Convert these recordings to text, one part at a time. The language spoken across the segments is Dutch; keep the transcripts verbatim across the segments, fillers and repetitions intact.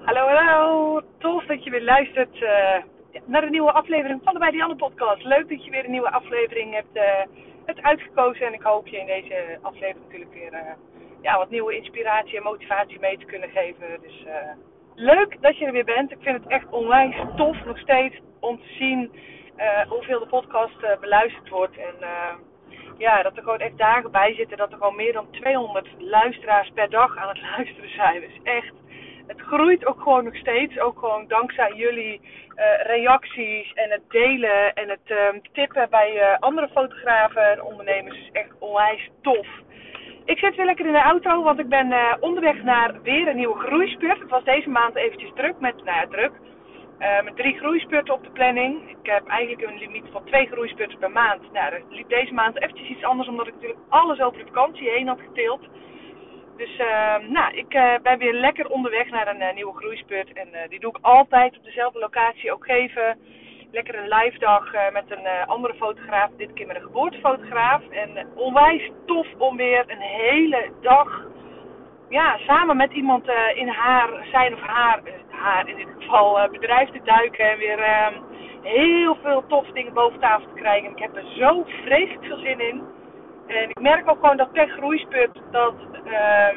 Hallo, hallo. Tof dat je weer luistert uh, naar de nieuwe aflevering van de Bij Dianne podcast. Leuk dat je weer een nieuwe aflevering hebt, uh, hebt uitgekozen. En ik hoop je in deze aflevering natuurlijk weer uh, ja, wat nieuwe inspiratie en motivatie mee te kunnen geven. Dus uh, leuk dat je er weer bent. Ik vind het echt onwijs tof nog steeds om te zien uh, hoeveel de podcast uh, beluisterd wordt. En uh, ja, dat er gewoon echt dagen bij zitten dat er gewoon meer dan tweehonderd luisteraars per dag aan het luisteren zijn. Dus echt... Het groeit ook gewoon nog steeds, ook gewoon dankzij jullie uh, reacties en het delen en het uh, tippen bij uh, andere fotografen en ondernemers is echt onwijs tof. Ik zit weer lekker in de auto, want ik ben uh, onderweg naar weer een nieuwe groeispurt. Het was deze maand eventjes druk met, nou ja druk, uh, met drie groeispurten op de planning. Ik heb eigenlijk een limiet van twee groeispurten per maand. Nou, dat liep deze maand eventjes iets anders, omdat ik natuurlijk alles over de vakantie heen had geteeld. Dus uh, nou, ik uh, ben weer lekker onderweg naar een uh, nieuwe groeispurt. En uh, die doe ik altijd op dezelfde locatie ook geven. Lekker een live dag uh, met een uh, andere fotograaf. Dit keer met een geboortefotograaf. En uh, onwijs tof om weer een hele dag ja, samen met iemand uh, in haar, zijn of haar, uh, haar in dit geval uh, bedrijf te duiken. En weer uh, heel veel toffe dingen boven tafel te krijgen. En ik heb er zo vreselijk veel zin in. En ik merk ook gewoon dat per groeispurt dat uh,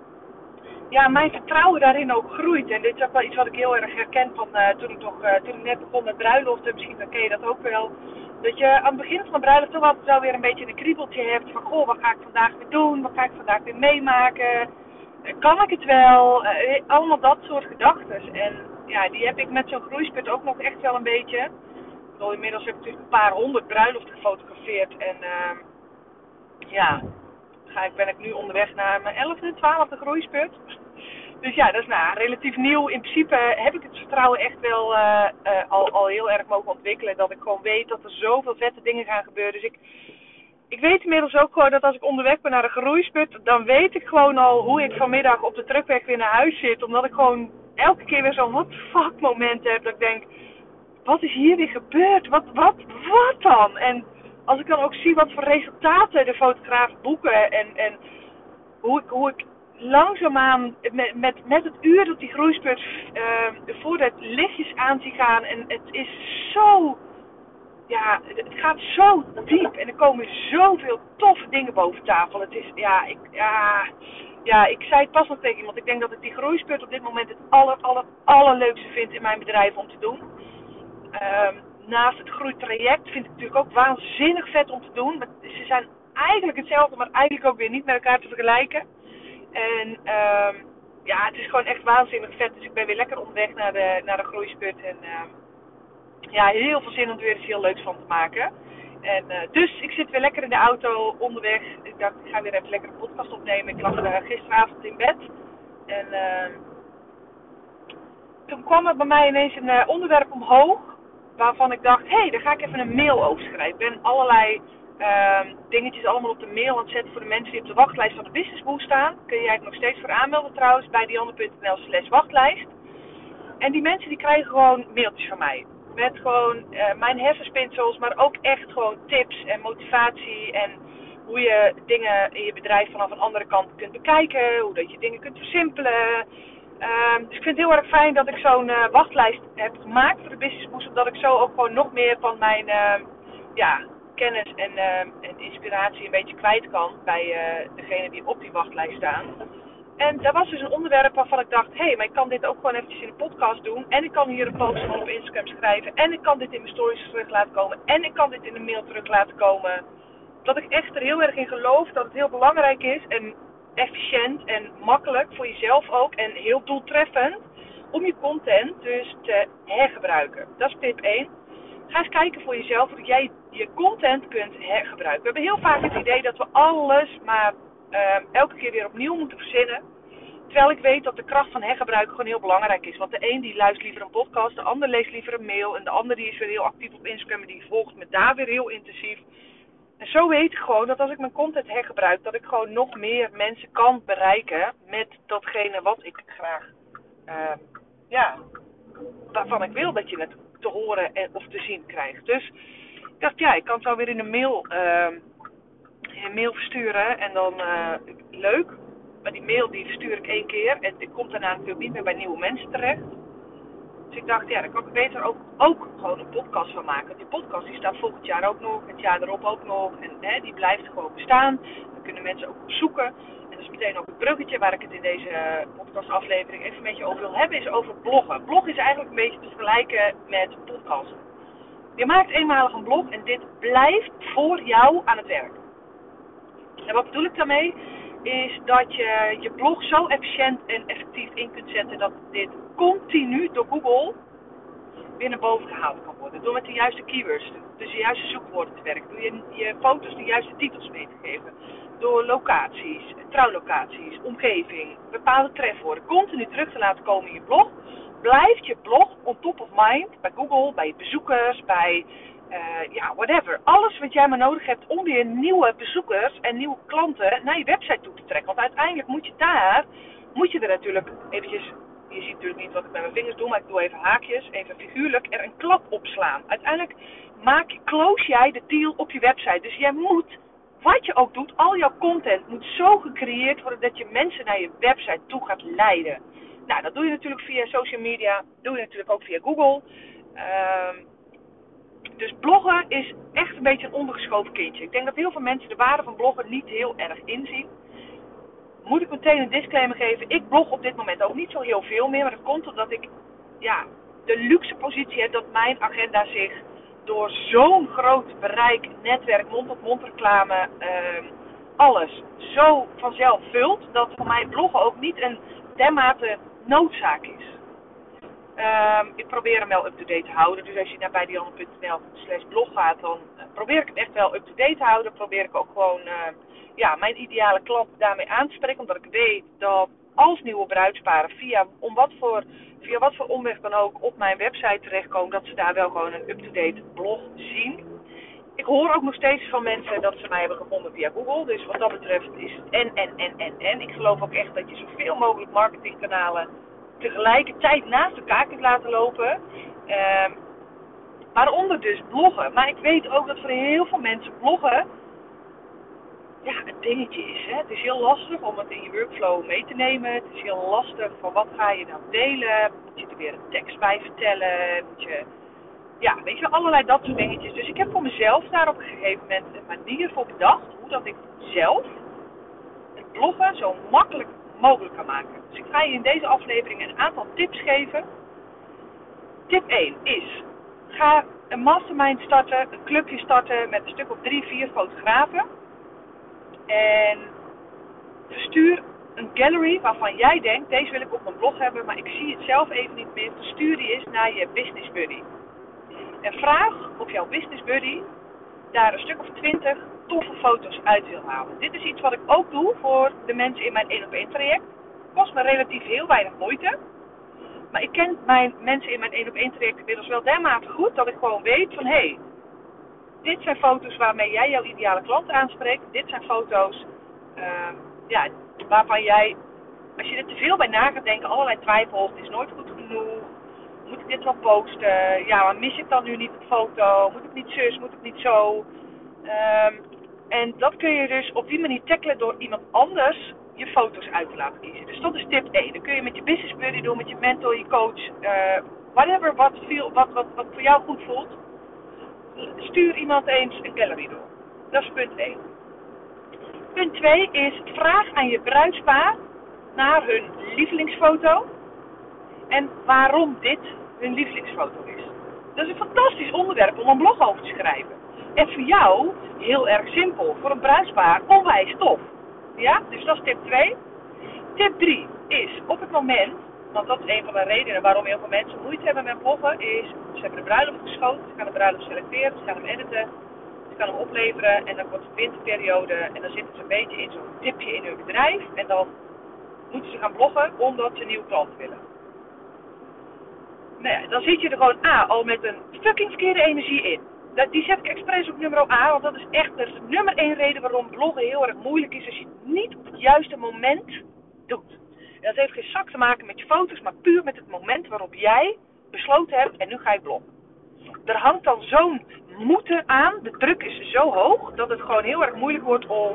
ja, mijn vertrouwen daarin ook groeit. En dit is ook wel iets wat ik heel erg herken van uh, toen, ik nog, uh, toen ik net begon met bruiloften. Misschien dan ken je dat ook wel. Dat je aan het begin van de bruiloft toch altijd wel weer een beetje een kriebeltje hebt. Van goh, wat ga ik vandaag weer doen? Wat ga ik vandaag weer meemaken? Uh, kan ik het wel? Uh, allemaal dat soort gedachten. En ja, die heb ik met zo'n groeispurt ook nog echt wel een beetje. Ik bedoel, inmiddels heb ik natuurlijk een paar honderd bruiloften gefotografeerd. En... Uh, Ja, ga ik, ben ik nu onderweg naar mijn elfde, twaalfde groeispurt. Dus ja, dat is nou relatief nieuw. In principe heb ik het vertrouwen echt wel uh, uh, al, al heel erg mogen ontwikkelen. Dat ik gewoon weet dat er zoveel vette dingen gaan gebeuren. Dus ik, ik weet inmiddels ook gewoon dat als ik onderweg ben naar een groeispurt, dan weet ik gewoon al hoe ik vanmiddag op de terugweg weer naar huis zit. Omdat ik gewoon elke keer weer zo'n what the fuck moment heb. Dat ik denk, wat is hier weer gebeurd? Wat, wat, wat dan? En... Als ik dan ook zie wat voor resultaten de fotografen boeken en, en hoe, ik, hoe ik langzaamaan met, met, met het uur dat die groeispurt uh, voor het lichtjes aan zie gaan. En het is zo, ja, het gaat zo diep en er komen zoveel toffe dingen boven tafel. Het is, ja, ik, ja, ja, ik zei het pas nog tegen iemand. Ik denk dat ik die groeispurt op dit moment het aller, aller, allerleukste vind in mijn bedrijf om te doen. Um, Naast het groeitraject vind ik het natuurlijk ook waanzinnig vet om te doen. Ze zijn eigenlijk hetzelfde, maar eigenlijk ook weer niet met elkaar te vergelijken. En um, ja, het is gewoon echt waanzinnig vet. Dus ik ben weer lekker onderweg naar de, naar de groeispurt. En um, ja, heel veel zin om er weer eens heel leuks van te maken. En uh, dus ik zit weer lekker in de auto onderweg. Ik dacht, ik ga weer even lekker een podcast opnemen. Ik lag uh, gisteravond in bed. En uh, toen kwam er bij mij ineens een uh, onderwerp omhoog. Waarvan ik dacht, hé, hey, daar ga ik even een mail over schrijven. Ik ben allerlei uh, dingetjes allemaal op de mail aan het zetten voor de mensen die op de wachtlijst van de Business Boost staan. Kun je eigenlijk nog steeds voor aanmelden trouwens bij dianne.nl slash wachtlijst. En die mensen die krijgen gewoon mailtjes van mij. Met gewoon uh, mijn hersenspinsels, maar ook echt gewoon tips en motivatie. En hoe je dingen in je bedrijf vanaf een andere kant kunt bekijken. Hoe dat je dingen kunt versimpelen. Uh, dus ik vind het heel erg fijn dat ik zo'n uh, wachtlijst heb gemaakt voor de Business Boost. Omdat ik zo ook gewoon nog meer van mijn uh, ja, kennis en, uh, en inspiratie een beetje kwijt kan bij uh, degene die op die wachtlijst staan. En daar was dus een onderwerp waarvan ik dacht, hé, hey, maar ik kan dit ook gewoon eventjes in een podcast doen. En ik kan hier een post van op Instagram schrijven. En ik kan dit in mijn stories terug laten komen. En ik kan dit in de mail terug laten komen. Dat ik echt er heel erg in geloof dat het heel belangrijk is en efficiënt en makkelijk voor jezelf ook. En heel doeltreffend om je content dus te hergebruiken. Dat is tip één. Ga eens kijken voor jezelf hoe jij je content kunt hergebruiken. We hebben heel vaak het idee dat we alles maar uh, elke keer weer opnieuw moeten verzinnen. Terwijl ik weet dat de kracht van hergebruiken gewoon heel belangrijk is. Want de een die luistert liever een podcast, de ander leest liever een mail. En de ander die is weer heel actief op Instagram en die volgt me daar weer heel intensief. En zo weet ik gewoon dat als ik mijn content hergebruik, dat ik gewoon nog meer mensen kan bereiken met datgene wat ik graag, uh, ja, waarvan ik wil dat je het te horen en, of te zien krijgt. Dus ik dacht, ja, ik kan het zo weer in een mail, uh, in een mail versturen en dan, uh, leuk. maar die mail die verstuur ik één keer en die komt daarna natuurlijk niet meer bij nieuwe mensen terecht. Dus ik dacht, ja, daar kan ik beter ook, ook gewoon een podcast van maken. Die podcast die staat volgend jaar ook nog, het jaar erop ook nog. En hè, die blijft gewoon bestaan. Daar kunnen mensen ook op zoeken. En dat is meteen ook het bruggetje waar ik het in deze podcastaflevering even met je over wil hebben, is over bloggen. Blog is eigenlijk een beetje te vergelijken met podcasten. Je maakt eenmalig een blog en dit blijft voor jou aan het werk. En wat bedoel ik daarmee? Is dat je je blog zo efficiënt en effectief in kunt zetten dat dit continu door Google weer naar boven gehaald kan worden. Door met de juiste keywords, dus de juiste zoekwoorden te werken. Door je, je foto's de juiste titels mee te geven. Door locaties, trouwlocaties, omgeving, bepaalde trefwoorden continu terug te laten komen in je blog. Blijft je blog on top of mind bij Google, bij je bezoekers, bij uh, ja, whatever. Alles wat jij maar nodig hebt om weer nieuwe bezoekers en nieuwe klanten naar je website toe te trekken. Want uiteindelijk moet je daar, moet je er natuurlijk eventjes, je ziet natuurlijk niet wat ik met mijn vingers doe, maar ik doe even haakjes, even figuurlijk, er een klap op slaan. Uiteindelijk maak, close jij de deal op je website. Dus jij moet, wat je ook doet, al jouw content moet zo gecreëerd worden dat je mensen naar je website toe gaat leiden. Nou, dat doe je natuurlijk via social media, doe je natuurlijk ook via Google. Uh, dus bloggen is echt een beetje een ondergeschoven kindje. Ik denk dat heel veel mensen de waarde van bloggen niet heel erg inzien. Moet ik meteen een disclaimer geven, ik blog op dit moment ook niet zo heel veel meer, maar dat komt omdat ik ja, de luxe positie heb dat mijn agenda zich door zo'n groot bereik, netwerk, mond-op-mond reclame, uh, alles zo vanzelf vult, dat voor mij bloggen ook niet een dermate noodzaak is. Um, ik probeer hem wel up-to-date te houden. Dus als je naar bijdianne punt n l slash blog gaat, dan uh, probeer ik het echt wel up-to-date te houden. Probeer ik ook gewoon uh, ja, mijn ideale klant daarmee aan te spreken. Omdat ik weet dat als nieuwe bruidsparen via, om wat voor, via wat voor omweg dan ook op mijn website terechtkomen, dat ze daar wel gewoon een up-to-date blog zien. Ik hoor ook nog steeds van mensen dat ze mij hebben gevonden via Google. Dus wat dat betreft is het en, en, en, en, en. Ik geloof ook echt dat je zoveel mogelijk marketingkanalen tegelijkertijd naast elkaar kunt laten lopen. Uh, waaronder dus bloggen. Maar ik weet ook dat voor heel veel mensen bloggen ja, een dingetje is. Hè? Het is heel lastig om het in je workflow mee te nemen. Het is heel lastig van wat ga je nou delen. Moet je er weer een tekst bij vertellen? Moet je... Ja, weet je, allerlei dat soort dingetjes. Dus ik heb voor mezelf daar op een gegeven moment een manier voor bedacht. Hoe dat ik zelf het bloggen zo makkelijk mogelijk kan maken. Dus ik ga je in deze aflevering een aantal tips geven. Tip één is, ga een mastermind starten, een clubje starten met een stuk of drie, vier fotografen. En verstuur een gallery waarvan jij denkt, deze wil ik op mijn blog hebben, maar ik zie het zelf even niet meer. Verstuur die eens naar je business buddy. En vraag of jouw business buddy daar een stuk of twintig toffe foto's uit wil halen. Dit is iets wat ik ook doe voor de mensen in mijn één op één traject. Kost me relatief heel weinig moeite. Maar ik ken mijn mensen in mijn één op één traject inmiddels wel dermate goed dat ik gewoon weet van hé, hey, dit zijn foto's waarmee jij jouw ideale klant aanspreekt. Dit zijn foto's uh, ja, waarvan jij, als je er te veel bij na gaat denken, allerlei twijfels, het is nooit goed genoeg. Moet ik dit wel posten? Ja, maar mis ik dan nu niet een foto? Moet ik niet zus? Moet ik niet zo? Um, en dat kun je dus op die manier tackelen door iemand anders je foto's uit te laten kiezen. Dus dat is tip één. Dat kun je met je business buddy doen, met je mentor, je coach. Uh, whatever wat, veel, wat, wat, wat voor jou goed voelt. Stuur iemand eens een gallery door. Dat is punt één. Punt twee is, vraag aan je bruidspaar naar hun lievelingsfoto. En waarom dit hun lievelingsfoto is. Dat is een fantastisch onderwerp om een blog over te schrijven. En voor jou heel erg simpel. Voor een bruidspaar onwijs tof. Ja, dus dat is tip twee. Tip drie is op het moment, want dat is een van de redenen waarom heel veel mensen moeite hebben met bloggen, is ze hebben de bruiloft geschoten, ze gaan de bruiloft selecteren, ze gaan hem editen, ze gaan hem opleveren en dan wordt het winterperiode en dan zitten ze een beetje in zo'n dipje in hun bedrijf en dan moeten ze gaan bloggen omdat ze nieuwe klanten willen. Nou ja, dan zit je er gewoon A, al met een fucking verkeerde energie in. Dat, die zet ik expres op nummer A, want dat is echt de nummer één reden waarom bloggen heel erg moeilijk is als je het niet op het juiste moment doet. En dat heeft geen zak te maken met je foto's, maar puur met het moment waarop jij besloten hebt en nu ga ik bloggen. Er hangt dan zo'n moeten aan, de druk is zo hoog, dat het gewoon heel erg moeilijk wordt om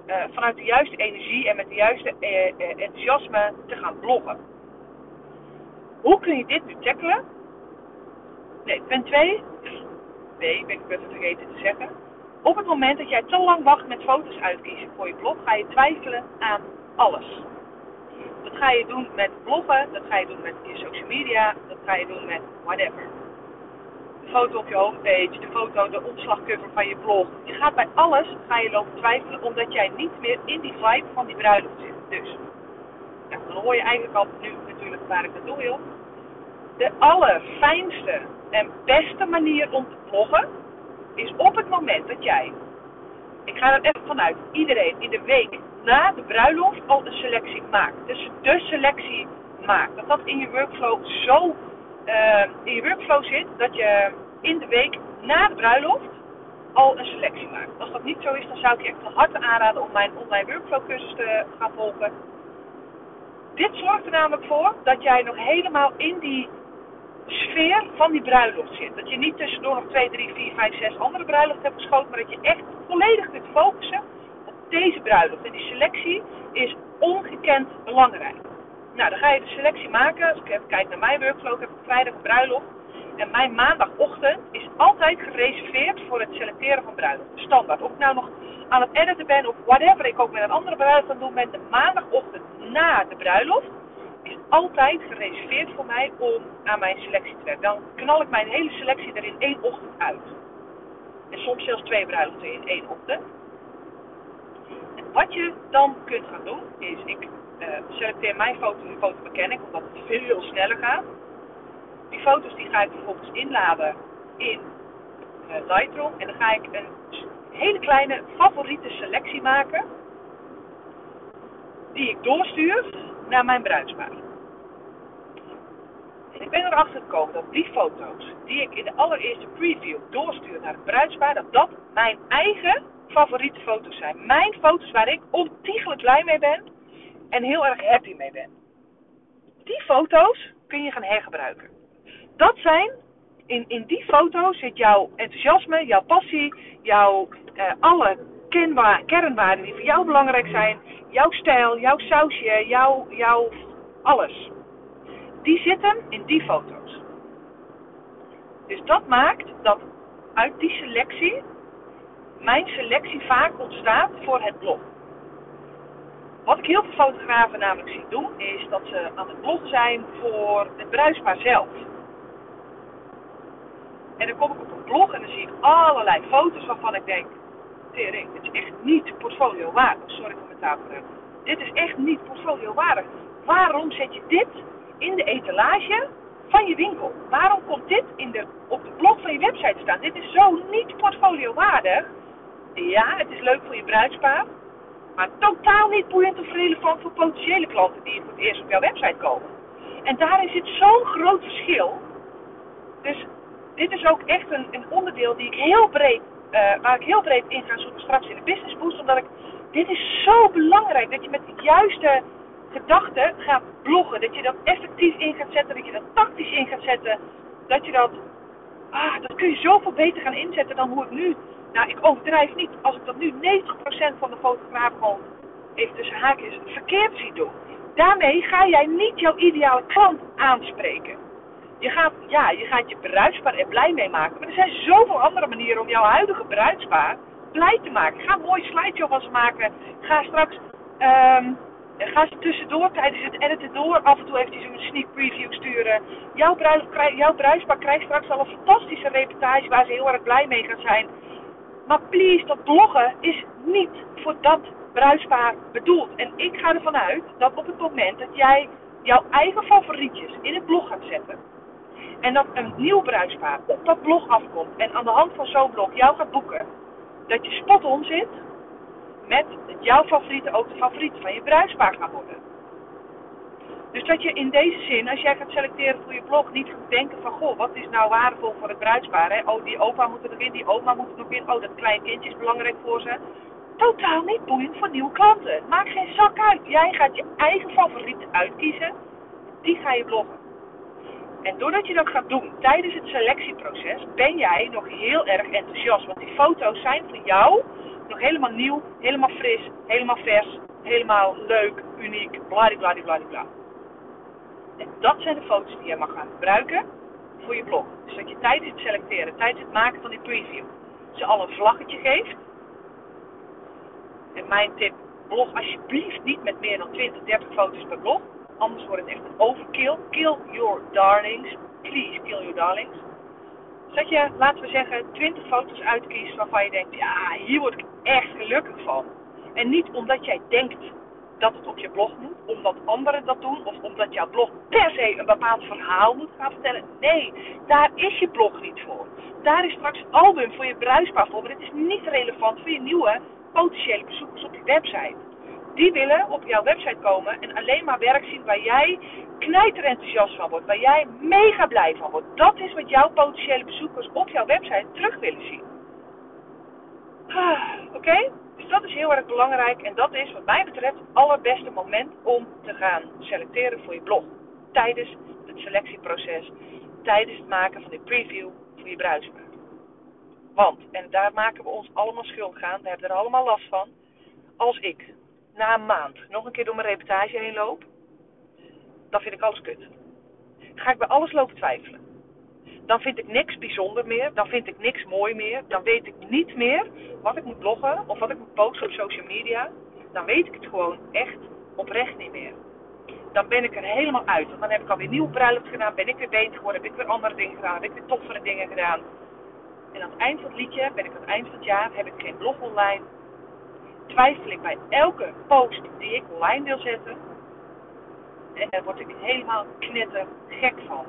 uh, vanuit de juiste energie en met de juiste uh, uh, enthousiasme te gaan bloggen. Hoe kun je dit nu tackelen? Nee, punt twee. B, ben ik even vergeten te zeggen. Op het moment dat jij te lang wacht met foto's uitkiezen voor je blog, ga je twijfelen aan alles. Dat ga je doen met bloggen, dat ga je doen met je social media, dat ga je doen met whatever. De foto op je homepage, de foto, de omslagcover van je blog. Je gaat bij alles, ga je lopen twijfelen, omdat jij niet meer in die vibe van die bruiloft zit. Dus, ja, dan hoor je eigenlijk al nu natuurlijk waar ik naartoe wil. De allerfijnste en beste manier om te bloggen is op het moment dat jij, ik ga er even vanuit, iedereen in de week na de bruiloft al een selectie maakt. Dus de selectie maakt. Dat dat in je workflow zo uh, in je workflow zit, dat je in de week na de bruiloft al een selectie maakt. Als dat niet zo is, dan zou ik je echt van harte aanraden om mijn online workflow cursus te gaan volgen. Dit zorgt er namelijk voor dat jij nog helemaal in die sfeer van die bruiloft zit. Dat je niet tussendoor nog twee, drie, vier, vijf, zes andere bruiloften hebt geschoten, maar dat je echt volledig kunt focussen op deze bruiloft. En die selectie is ongekend belangrijk. Nou, dan ga je de selectie maken. Als ik even kijk naar mijn workflow, ik heb ik vrijdag een bruiloft. En mijn maandagochtend is altijd gereserveerd voor het selecteren van bruiloften. Standaard. Of ik nou nog aan het editen ben of whatever ik ook met een andere bruiloft aan het doen ben, de maandagochtend na de bruiloft is altijd gereserveerd voor mij om aan mijn selectie te werken. Dan knal ik mijn hele selectie er in één ochtend uit. En soms zelfs twee bruiloften in één ochtend. En wat je dan kunt gaan doen is, ik uh, selecteer mijn foto's en foto beken ik, omdat het veel sneller gaat. Die foto's die ga ik vervolgens inladen in uh, Lightroom. En dan ga ik een hele kleine favoriete selectie maken. Die ik doorstuur naar mijn bruidspaar. En ik ben erachter gekomen dat die foto's die ik in de allereerste preview doorstuur naar het bruidspaar, dat dat mijn eigen favoriete foto's zijn. Mijn foto's waar ik ontiegelijk blij mee ben en heel erg happy mee ben. Die foto's kun je gaan hergebruiken. Dat zijn, in, in die foto's zit jouw enthousiasme, jouw passie, jouw uh, alle kenwa- kernwaarden die voor jou belangrijk zijn, jouw stijl, jouw sausje, jouw, jouw alles. Die zitten in die foto's. Dus dat maakt dat uit die selectie mijn selectie vaak ontstaat voor het blog. Wat ik heel veel fotografen namelijk zie doen, is dat ze aan het bloggen zijn voor het bruidspaar zelf. En dan kom ik op een blog en dan zie ik allerlei foto's waarvan ik denk, tering, dit is echt niet portfolio waardig. Sorry voor mijn taalgebruik. Dit is echt niet portfolio waardig. Waarom zet je dit in de etalage van je winkel? Waarom komt dit in de, op de blog van je website staan? Dit is zo niet portfolio waardig. Ja, het is leuk voor je bruidspaar, maar totaal niet boeiend of relevant voor potentiële klanten die voor het eerst op jouw website komen. En daarin zit zo'n groot verschil. Dus dit is ook echt een, een onderdeel die ik heel breed, uh, waar ik heel breed in ga zoeken straks in de Business Boost. Omdat ik, dit is zo belangrijk dat je met de juiste gedachten gaat bloggen. Dat je dat effectief in gaat zetten, dat je dat tactisch in gaat zetten. Dat je dat, ah, dat kun je zoveel beter gaan inzetten dan hoe ik nu, nou ik overdrijf niet, als ik dat nu negentig procent van de fotografen gewoon even tussen haakjes verkeerd zie doen. Daarmee ga jij niet jouw ideale klant aanspreken. Je gaat, ja, je gaat je bruidspaar er blij mee maken. Maar er zijn zoveel andere manieren om jouw huidige bruidspaar blij te maken. Ga een mooie slideshow van ze maken. Ga straks, um, ga ze tussendoor tijdens het editen door af en toe eventjes een sneak preview sturen. Jouw, bruid, jouw bruidspaar krijgt straks al een fantastische reportage waar ze heel erg blij mee gaan zijn. Maar please, dat bloggen is niet voor dat bruidspaar bedoeld. En ik ga ervan uit dat op het moment dat jij jouw eigen favorietjes in het blog gaat zetten en dat een nieuw bruidspaar op dat blog afkomt en aan de hand van zo'n blog jou gaat boeken, dat je spot on zit met dat jouw favorieten ook de favorieten van je bruidspaar gaan worden. Dus dat je in deze zin, als jij gaat selecteren voor je blog, niet gaat denken van, goh, wat is nou waardevol voor het bruidspaar? Hè? Oh, die opa moet er nog in, die oma moet er nog in, oh, dat klein kindje is belangrijk voor ze. Totaal niet boeiend voor nieuwe klanten. Maakt geen zak uit. Jij gaat je eigen favorieten uitkiezen, die ga je bloggen. En doordat je dat gaat doen tijdens het selectieproces, ben jij nog heel erg enthousiast. Want die foto's zijn voor jou Nog helemaal nieuw, helemaal fris, helemaal vers, helemaal leuk, uniek, bladibladibladibla. En dat zijn de foto's die je mag gaan gebruiken voor je blog. Dus dat je tijdens het selecteren, tijdens het maken van die preview, ze al een vlaggetje geeft. En mijn tip, blog alsjeblieft niet met meer dan twintig, dertig foto's per blog. Anders wordt het echt een overkill. Kill your darlings. Please kill your darlings. Dus dat je, laten we zeggen, twintig foto's uitkiest waarvan je denkt, ja, hier word ik echt gelukkig van. En niet omdat jij denkt dat het op je blog moet, omdat anderen dat doen, of omdat jouw blog per se een bepaald verhaal moet gaan vertellen. Nee, daar is je blog niet voor. Daar is straks een album voor je bruisbaar voor, maar het is niet relevant voor je nieuwe potentiële bezoekers op je website. Die willen op jouw website komen en alleen maar werk zien waar jij knijterenthousiast van wordt, waar jij mega blij van wordt. Dat is wat jouw potentiële bezoekers op jouw website terug willen zien. Ah, Oké? Okay? Dus dat is heel erg belangrijk en dat is wat mij betreft het allerbeste moment om te gaan selecteren voor je blog. Tijdens het selectieproces, tijdens het maken van die preview voor je bruisbaar. Want, en daar maken we ons allemaal schuldig aan, we hebben er allemaal last van, als ik na een maand nog een keer door mijn reportage heen loop, dan vind ik alles kut. Ga ik bij alles lopen twijfelen. Dan vind ik niks bijzonder meer, dan vind ik niks mooi meer, dan weet ik niet meer wat ik moet bloggen of wat ik moet posten op social media. Dan weet ik het gewoon echt oprecht niet meer. Dan ben ik er helemaal uit, want dan heb ik alweer nieuwe bruiloft gedaan, ben ik weer beter geworden, heb ik weer andere dingen gedaan, heb ik weer toffere dingen gedaan. En aan het eind van het liedje, ben ik aan het eind van het jaar, heb ik geen blog online. Twijfel ik bij elke post die ik online wil zetten. En daar word ik helemaal knetter gek van.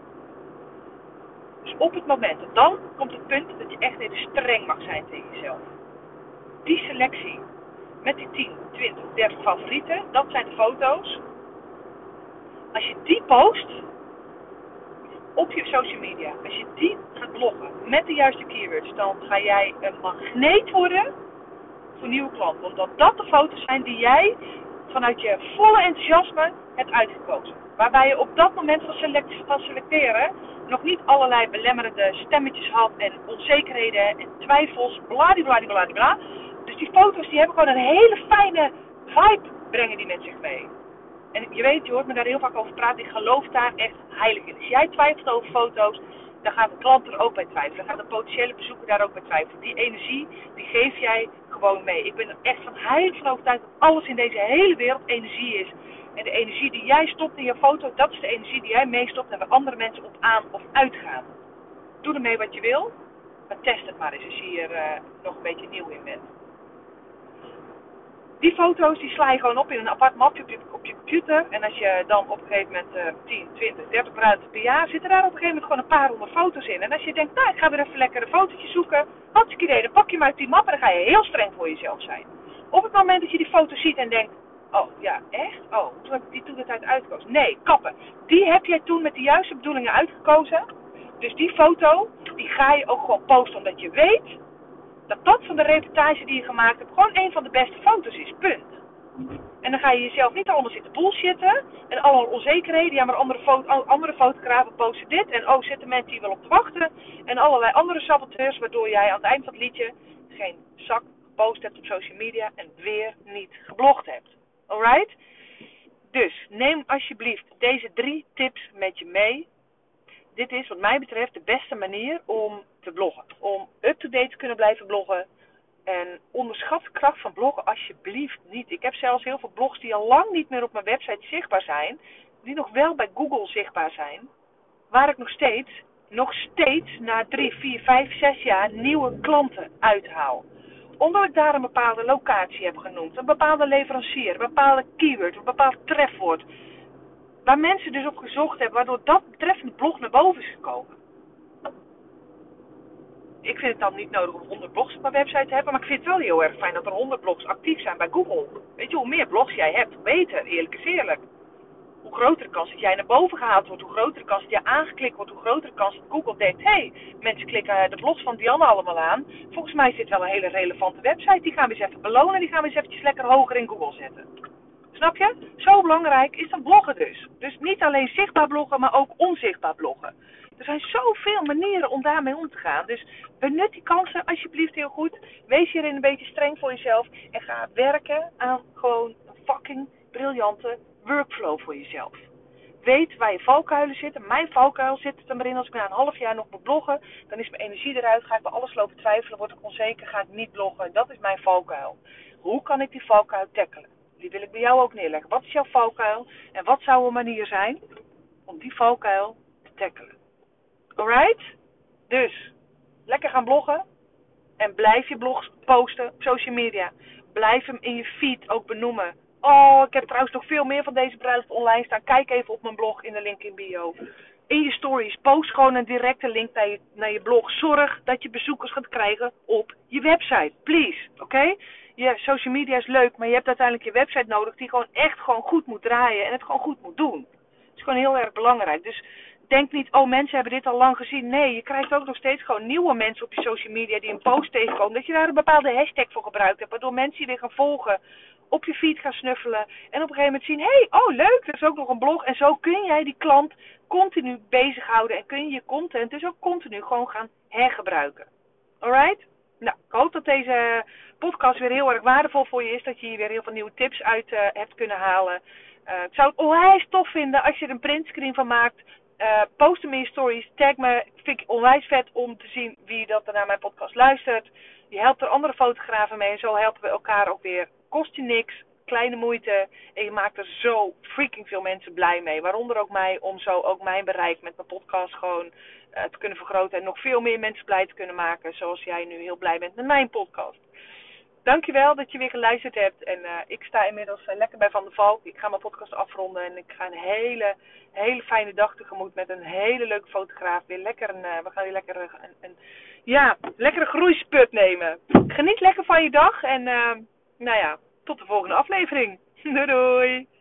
Dus op het moment, en dan komt het punt dat je echt even streng mag zijn tegen jezelf. Die selectie met die tien, twintig, dertig favorieten, dat zijn de foto's. Als je die post op je social media, als je die gaat bloggen met de juiste keywords, dan ga jij een magneet worden voor nieuwe klanten. Omdat dat de foto's zijn die jij vanuit je volle enthousiasme hebt uitgekozen. Waarbij je op dat moment van, select, van selecteren nog niet allerlei belemmerende stemmetjes had en onzekerheden en twijfels, bladibladibladibla. Dus die foto's die hebben gewoon een hele fijne vibe, brengen die met zich mee. En je weet, je hoort me daar heel vaak over praten, ik geloof daar echt heilig in. Als jij twijfelt over foto's, dan gaat de klant er ook bij twijfelen. Dan gaat de potentiële bezoeker daar ook bij twijfelen. Die energie, die geef jij gewoon mee. Ik ben er echt van heilig van overtuigd dat alles in deze hele wereld energie is. En de energie die jij stopt in je foto, dat is de energie die jij meestopt en waar andere mensen op aan of uitgaan. Doe ermee wat je wil, maar test het maar eens als je hier uh, nog een beetje nieuw in bent. Die foto's die sla je gewoon op in een apart mapje op je, op je computer. En als je dan op een gegeven moment uh, tien, twintig, dertig bruiloften per jaar, zitten daar op een gegeven moment gewoon een paar honderd foto's in. En als je denkt, nou ik ga weer even lekker een fotootje zoeken, hartstikke idee, dan pak je maar uit die map en dan ga je heel streng voor jezelf zijn. Op het moment dat je die foto ziet en denkt, oh ja, echt? Oh, toen heb ik die toen de tijd uitgekozen. Nee, kappen. Die heb jij toen met de juiste bedoelingen uitgekozen. Dus die foto, die ga je ook gewoon posten omdat je weet dat dat van de reportage die je gemaakt hebt gewoon een van de beste foto's is. Punt. En dan ga je jezelf niet allemaal zitten bullshitten. En alle onzekerheden. Ja, maar andere, foto, andere fotografen posten dit. En oh, zitten mensen hier wel op te wachten. En allerlei andere saboteurs. Waardoor jij aan het eind van het liedje geen zak gepost hebt op social media. En weer niet geblogd hebt. Alright? Dus neem alsjeblieft deze drie tips met je mee. Dit is wat mij betreft de beste manier om te bloggen. Om up-to-date te kunnen blijven bloggen. En onderschat de kracht van bloggen alsjeblieft niet. Ik heb zelfs heel veel blogs die al lang niet meer op mijn website zichtbaar zijn. Die nog wel bij Google zichtbaar zijn. Waar ik nog steeds, nog steeds na drie, vier, vijf, zes jaar nieuwe klanten uithaal. Omdat ik daar een bepaalde locatie heb genoemd. Een bepaalde leverancier, een bepaalde keyword, een bepaald trefwoord. Waar mensen dus op gezocht hebben, waardoor dat betreffende blog naar boven is gekomen. Ik vind het dan niet nodig om honderd blogs op mijn website te hebben, maar ik vind het wel heel erg fijn dat er honderd blogs actief zijn bij Google. Weet je, hoe meer blogs jij hebt, hoe beter, eerlijk is eerlijk. Hoe grotere kans dat jij naar boven gehaald wordt, hoe grotere kans dat jij aangeklikt wordt, hoe grotere kans dat Google denkt, hé, hey, mensen klikken de blogs van Dianne allemaal aan. Volgens mij is dit wel een hele relevante website, die gaan we eens even belonen, die gaan we eens eventjes lekker hoger in Google zetten. Snap je? Zo belangrijk is dat bloggen dus. Dus niet alleen zichtbaar bloggen, maar ook onzichtbaar bloggen. Er zijn zoveel manieren om daarmee om te gaan. Dus benut die kansen alsjeblieft heel goed. Wees hierin een beetje streng voor jezelf. En ga werken aan gewoon een fucking briljante workflow voor jezelf. Weet waar je valkuilen zitten. Mijn valkuil zit er maar in als ik na een half jaar nog moet bloggen. Dan is mijn energie eruit. Ga ik bij alles lopen twijfelen. Word ik onzeker. Ga ik niet bloggen. Dat is mijn valkuil. Hoe kan ik die valkuil tackelen? Die wil ik bij jou ook neerleggen. Wat is jouw valkuil? En wat zou een manier zijn om die valkuil te tackelen? Alright? Dus, lekker gaan bloggen. En blijf je blogs posten op social media. Blijf hem in je feed ook benoemen. Oh, ik heb trouwens nog veel meer van deze bruiloft online staan. Kijk even op mijn blog in de link in bio. In je stories, post gewoon een directe link naar je, naar je blog. Zorg dat je bezoekers gaat krijgen op je website. Please, oké? Okay? Je social media is leuk, maar je hebt uiteindelijk je website nodig die gewoon echt gewoon goed moet draaien en het gewoon goed moet doen. Dat is gewoon heel erg belangrijk. Dus denk niet, oh mensen hebben dit al lang gezien. Nee, je krijgt ook nog steeds gewoon nieuwe mensen op je social media die een post tegenkomen. Dat je daar een bepaalde hashtag voor gebruikt hebt, waardoor mensen je weer gaan volgen, op je feed gaan snuffelen en op een gegeven moment zien, hé, hey, oh leuk, er is ook nog een blog. En zo kun jij die klant continu bezighouden en kun je je content dus ook continu gewoon gaan hergebruiken. Alright? Nou, ik hoop dat deze podcast weer heel erg waardevol voor je is. Dat je hier weer heel veel nieuwe tips uit uh, hebt kunnen halen. Uh, ik zou het onwijs tof vinden als je er een printscreen van maakt. Uh, post hem in je stories. Tag me. Vind ik onwijs vet om te zien wie dat er naar mijn podcast luistert. Je helpt er andere fotografen mee. En zo helpen we elkaar ook weer. Kost je niks. Kleine moeite. En je maakt er zo freaking veel mensen blij mee. Waaronder ook mij. Om zo ook mijn bereik met mijn podcast gewoon uh, te kunnen vergroten. En nog veel meer mensen blij te kunnen maken. Zoals jij nu heel blij bent met mijn podcast. Dankjewel dat je weer geluisterd hebt. En uh, ik sta inmiddels uh, lekker bij Van der Valk. Ik ga mijn podcast afronden. En ik ga een hele, hele fijne dag tegemoet met een hele leuke fotograaf. Weer lekker een, uh, we gaan weer lekker een, een, een ja, lekkere groeispurt nemen. Geniet lekker van je dag. En uh, nou ja, tot de volgende aflevering. Doei doei.